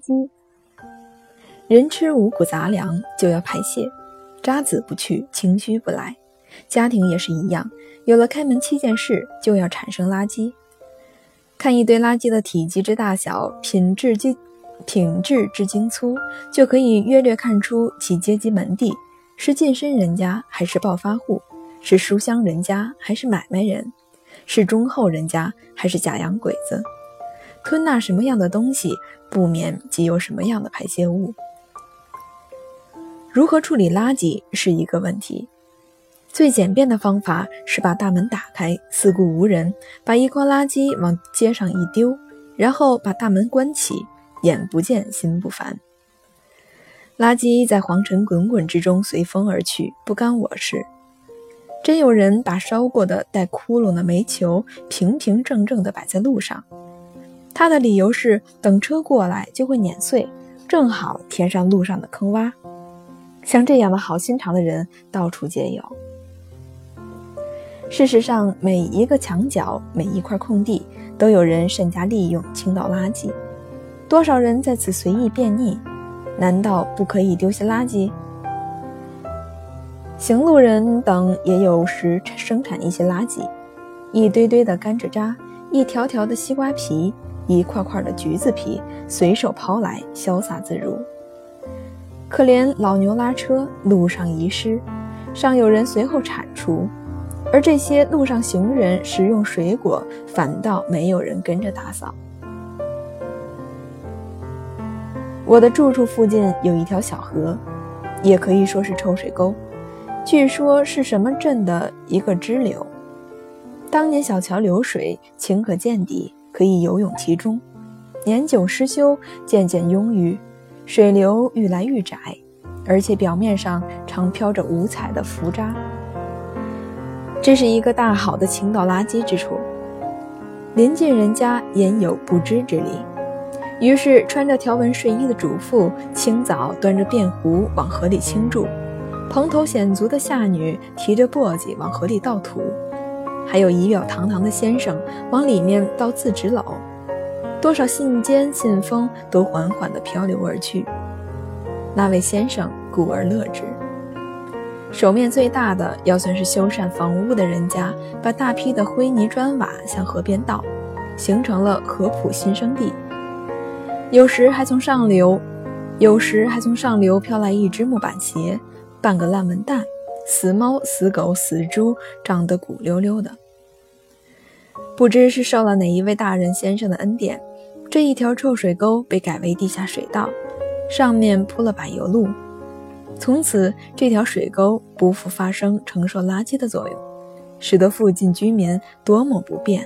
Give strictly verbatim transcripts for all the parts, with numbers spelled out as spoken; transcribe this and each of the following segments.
圾。人吃五谷杂粮就要排泄，渣滓不去，清虚不来。家庭也是一样，有了开门七件事，就要产生垃圾。看一堆垃圾的体积之大小，品质之品质之精粗，就可以约略看出其阶级门第，是近身人家还是暴发户，是书香人家还是买卖人，是忠厚人家还是假洋鬼子。吞纳什么样的东西，不免即有什么样的排泄物。如何处理垃圾是一个问题。最简便的方法是把大门打开，四顾无人，把一筐垃圾往街上一丢，然后把大门关起，眼不见心不烦。垃圾在黄尘滚滚之中随风而去，不干我事。真有人把烧过的带窟窿的煤球平平正正地摆在路上，他的理由是等车过来就会碾碎，正好填上路上的坑洼。像这样的好心肠的人到处皆有。事实上，每一个墙角，每一块空地，都有人善加利用倾倒垃圾。多少人在此随意便溺，难道不可以丢下垃圾？行路人等也有时生产一些垃圾，一堆堆的甘蔗渣，一条条的西瓜皮，一块块的橘子皮，随手抛来，潇洒自如。可怜老牛拉车，路上遗失，尚有人随后铲除，而这些路上行人食用水果，反倒没有人跟着打扫。我的住处附近有一条小河，也可以说是臭水沟，据说是什么镇的一个支流。当年小桥流水，清可见底，可以游泳其中。年久失修，渐渐庸淤，水流愈来愈窄，而且表面上常飘着五彩的浮渣。这是一个大好的倾倒垃圾之处，邻近人家焉有不知之理。于是穿着条纹睡衣的主妇清早端着便壶往河里倾注，蓬头显足的下女提着簸箕往河里倒土，还有仪表堂堂的先生往里面倒自纸篓。多少信笺信封都缓缓地漂流而去，那位先生故而乐之。手面最大的要算是修缮房屋的人家，把大批的灰泥砖瓦向河边倒，形成了河浦新生地。有时还从上流有时还从上流飘来一只木板鞋，半个烂文蛋，死猫死狗死猪，长得骨溜溜的。不知是受了哪一位大人先生的恩典，这一条臭水沟被改为地下水道，上面铺了柏油路。从此这条水沟不复发生承受垃圾的作用，使得附近居民多么不便。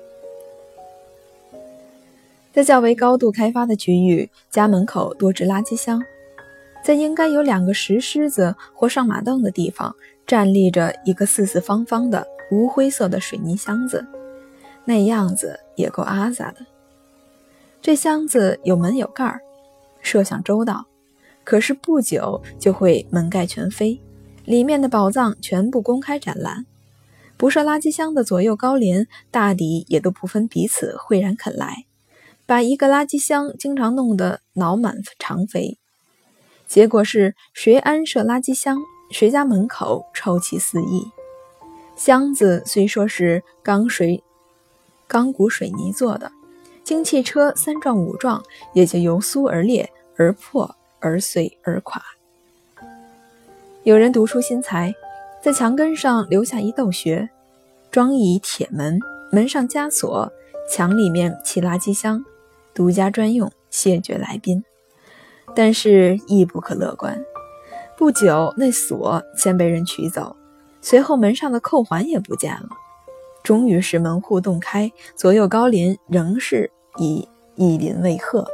在较为高度开发的区域，家门口多置垃圾箱，在应该有两个石狮子或上马凳的地方，站立着一个四四方方的无灰色的水泥箱子，那样子也够阿杂的。这箱子有门有盖，设想周到，可是不久就会门盖全飞，里面的宝藏全部公开展览。不设垃圾箱的左右高邻，大抵也都不分彼此，荟然肯来，把一个垃圾箱经常弄得脑满肠肥。结果是谁安设垃圾箱，谁家门口臭气四溢。箱子虽说是钢水钢骨水泥做的，经汽车三撞五撞，也就由酥而裂，而破而碎而垮。有人独出心裁，在墙根上留下一斗穴，装以铁门，门上加锁，墙里面砌垃圾箱，独家专用，谢绝来宾。但是亦不可乐观，不久那锁先被人取走，随后门上的扣环也不见了。终于是门户洞开，左右高邻仍是以一邻为贺。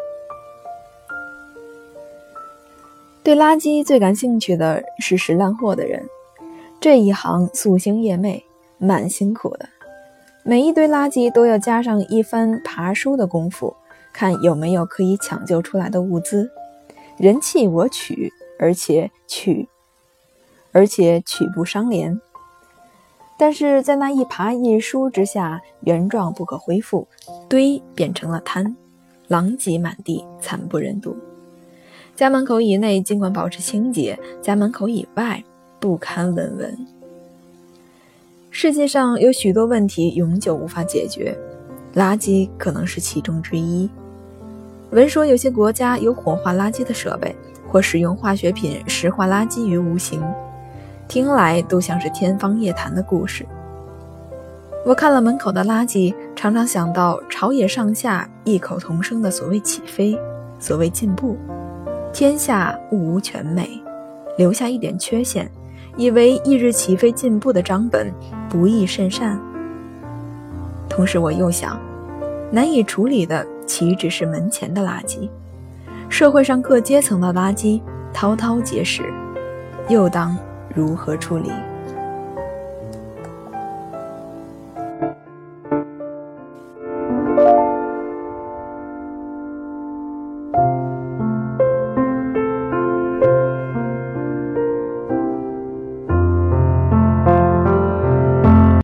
对垃圾最感兴趣的是拾烂货的人，这一行夙兴夜寐，蛮辛苦的。每一堆垃圾都要加上一番爬梳的功夫，看有没有可以抢救出来的物资。人弃我取，而且取而且取不伤廉。但是在那一爬一梳之下，原状不可恢复，堆变成了滩， 狼藉满地，惨不忍睹。家门口以内尽管保持清洁，家门口以外不堪闻闻。世界上有许多问题永久无法解决，垃圾可能是其中之一。闻说有些国家有火化垃圾的设备，或使用化学品石化垃圾于无形，听来都像是天方夜谭的故事。我看了门口的垃圾，常常想到朝野上下异口同声的所谓起飞，所谓进步。天下物无全美，留下一点缺陷，以为一日起飞进步的章本不易甚善。同时我又想，难以处理的岂止是门前的垃圾，社会上各阶层的垃圾滔滔皆是，又当如何处理？